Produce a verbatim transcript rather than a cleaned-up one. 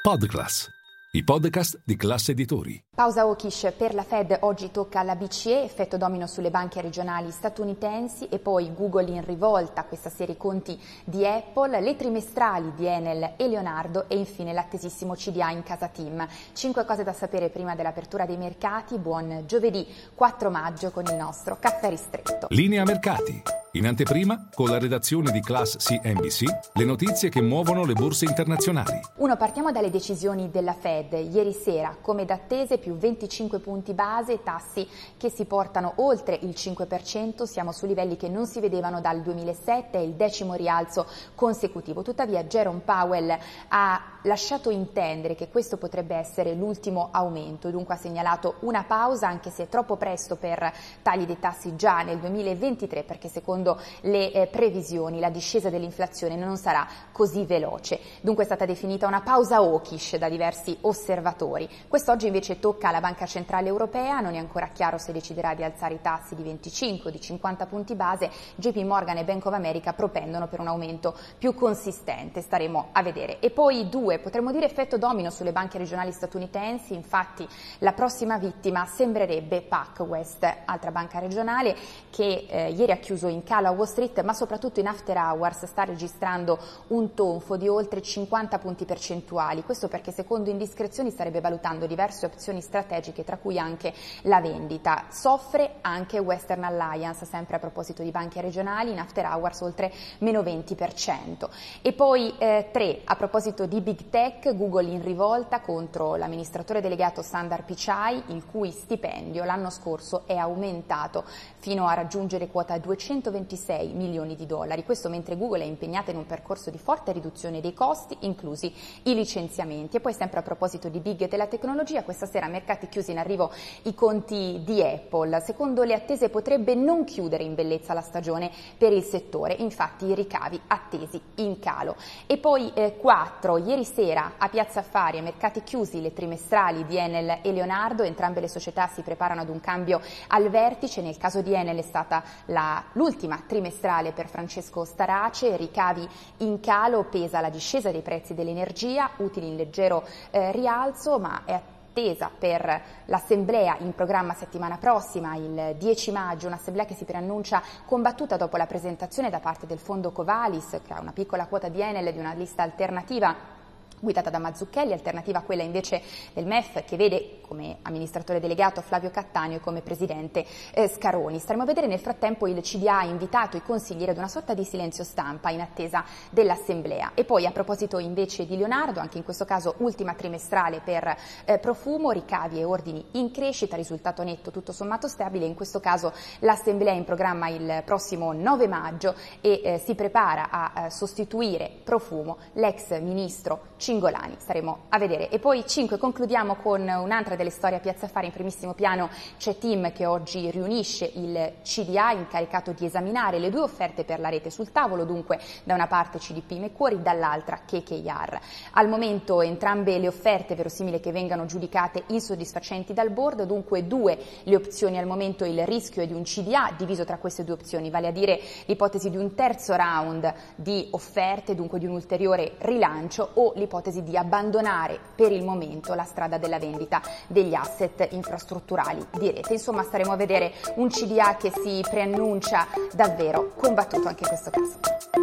Podclass, i podcast di Class Editori. Pausa hawkish per la Fed, oggi tocca alla B C E, effetto domino sulle banche regionali statunitensi e poi Google in rivolta, questa serie conti di Apple, le trimestrali di Enel e Leonardo e infine l'attesissimo C D A in casa Tim. Cinque cose da sapere prima dell'apertura dei mercati. Buon giovedì quattro maggio con il nostro caffè ristretto. Linea mercati. In anteprima, con la redazione di Class C N B C, le notizie che muovono le borse internazionali. Uno, partiamo dalle decisioni della Fed. Ieri sera, come d'attese, più venticinque punti base, tassi che si portano oltre il cinque per cento, siamo su livelli che non si vedevano dal duemilasette, è il decimo rialzo consecutivo. Tuttavia Jerome Powell ha lasciato intendere che questo potrebbe essere l'ultimo aumento, dunque ha segnalato una pausa, anche se è troppo presto per tagli dei tassi già nel duemilaventitré, perché secondo le eh, previsioni la discesa dell'inflazione non sarà così veloce. Dunque è stata definita una pausa hawkish da diversi osservatori. Quest'oggi invece tocca alla Banca Centrale Europea, non è ancora chiaro se deciderà di alzare i tassi di venticinque o di cinquanta punti base. J P Morgan e Bank of America propendono per un aumento più consistente, staremo a vedere. E poi due, potremmo dire effetto domino sulle banche regionali statunitensi, infatti la prossima vittima sembrerebbe PacWest, altra banca regionale che eh, ieri ha chiuso in calo a Wall Street, ma soprattutto in after hours sta registrando un tonfo di oltre cinquanta punti percentuali. Questo perché secondo indiscrezioni starebbe valutando diverse opzioni strategiche, tra cui anche la vendita. Soffre anche Western Alliance, sempre a proposito di banche regionali, in after hours oltre meno venti per cento. E poi eh, tre, a proposito di Big Tech, Google in rivolta contro l'amministratore delegato Sundar Pichai, il cui stipendio l'anno scorso è aumentato fino a raggiungere quota duecentoventisei milioni di dollari. Questo mentre Google è impegnata in un percorso di forte riduzione dei costi, inclusi i licenziamenti. E poi sempre a proposito di big e della tecnologia, questa sera mercati chiusi in arrivo i conti di Apple. Secondo le attese potrebbe non chiudere in bellezza la stagione per il settore, infatti i ricavi attesi in calo. E poi eh, quattro, ieri sera a Piazza Affari, a mercati chiusi, le trimestrali di Enel e Leonardo, entrambe le società si preparano ad un cambio al vertice. Nel caso di Enel è stata la, l'ultima trimestrale per Francesco Starace, ricavi in calo, pesa la discesa dei prezzi dell'energia, utili in leggero eh, rialzo, ma è attesa per l'assemblea in programma settimana prossima, il dieci maggio, un'assemblea che si preannuncia combattuta dopo la presentazione da parte del fondo Covalis, che ha una piccola quota di Enel, di una lista alternativa guidata da Mazzucchelli, alternativa a quella invece del M E F, che vede come amministratore delegato Flavio Cattaneo e come presidente eh, Scaroni. Staremo a vedere. Nel frattempo il C D A ha invitato i consiglieri ad una sorta di silenzio stampa in attesa dell'assemblea. E poi a proposito invece di Leonardo, anche in questo caso ultima trimestrale per eh, Profumo, ricavi e ordini in crescita, risultato netto tutto sommato stabile. In questo caso l'assemblea è in programma il prossimo nove maggio e eh, si prepara a eh, sostituire Profumo l'ex ministro Cingolani. Staremo a vedere. E poi cinque, concludiamo con un'altra delle storie a Piazza Affari. In primissimo piano c'è Tim, che oggi riunisce il C D A incaricato di esaminare le due offerte per la rete sul tavolo, dunque da una parte C D P Macquarie, dall'altra K K R. Al momento entrambe le offerte verosimile che vengano giudicate insoddisfacenti dal board, dunque due le opzioni al momento. Il rischio è di un C D A diviso tra queste due opzioni, vale a dire l'ipotesi di un terzo round di offerte, dunque di un ulteriore rilancio, o l'ipotesi di abbandonare per il momento la strada della vendita degli asset infrastrutturali di rete. Insomma, staremo a vedere un C D A che si preannuncia davvero combattuto anche in questo caso.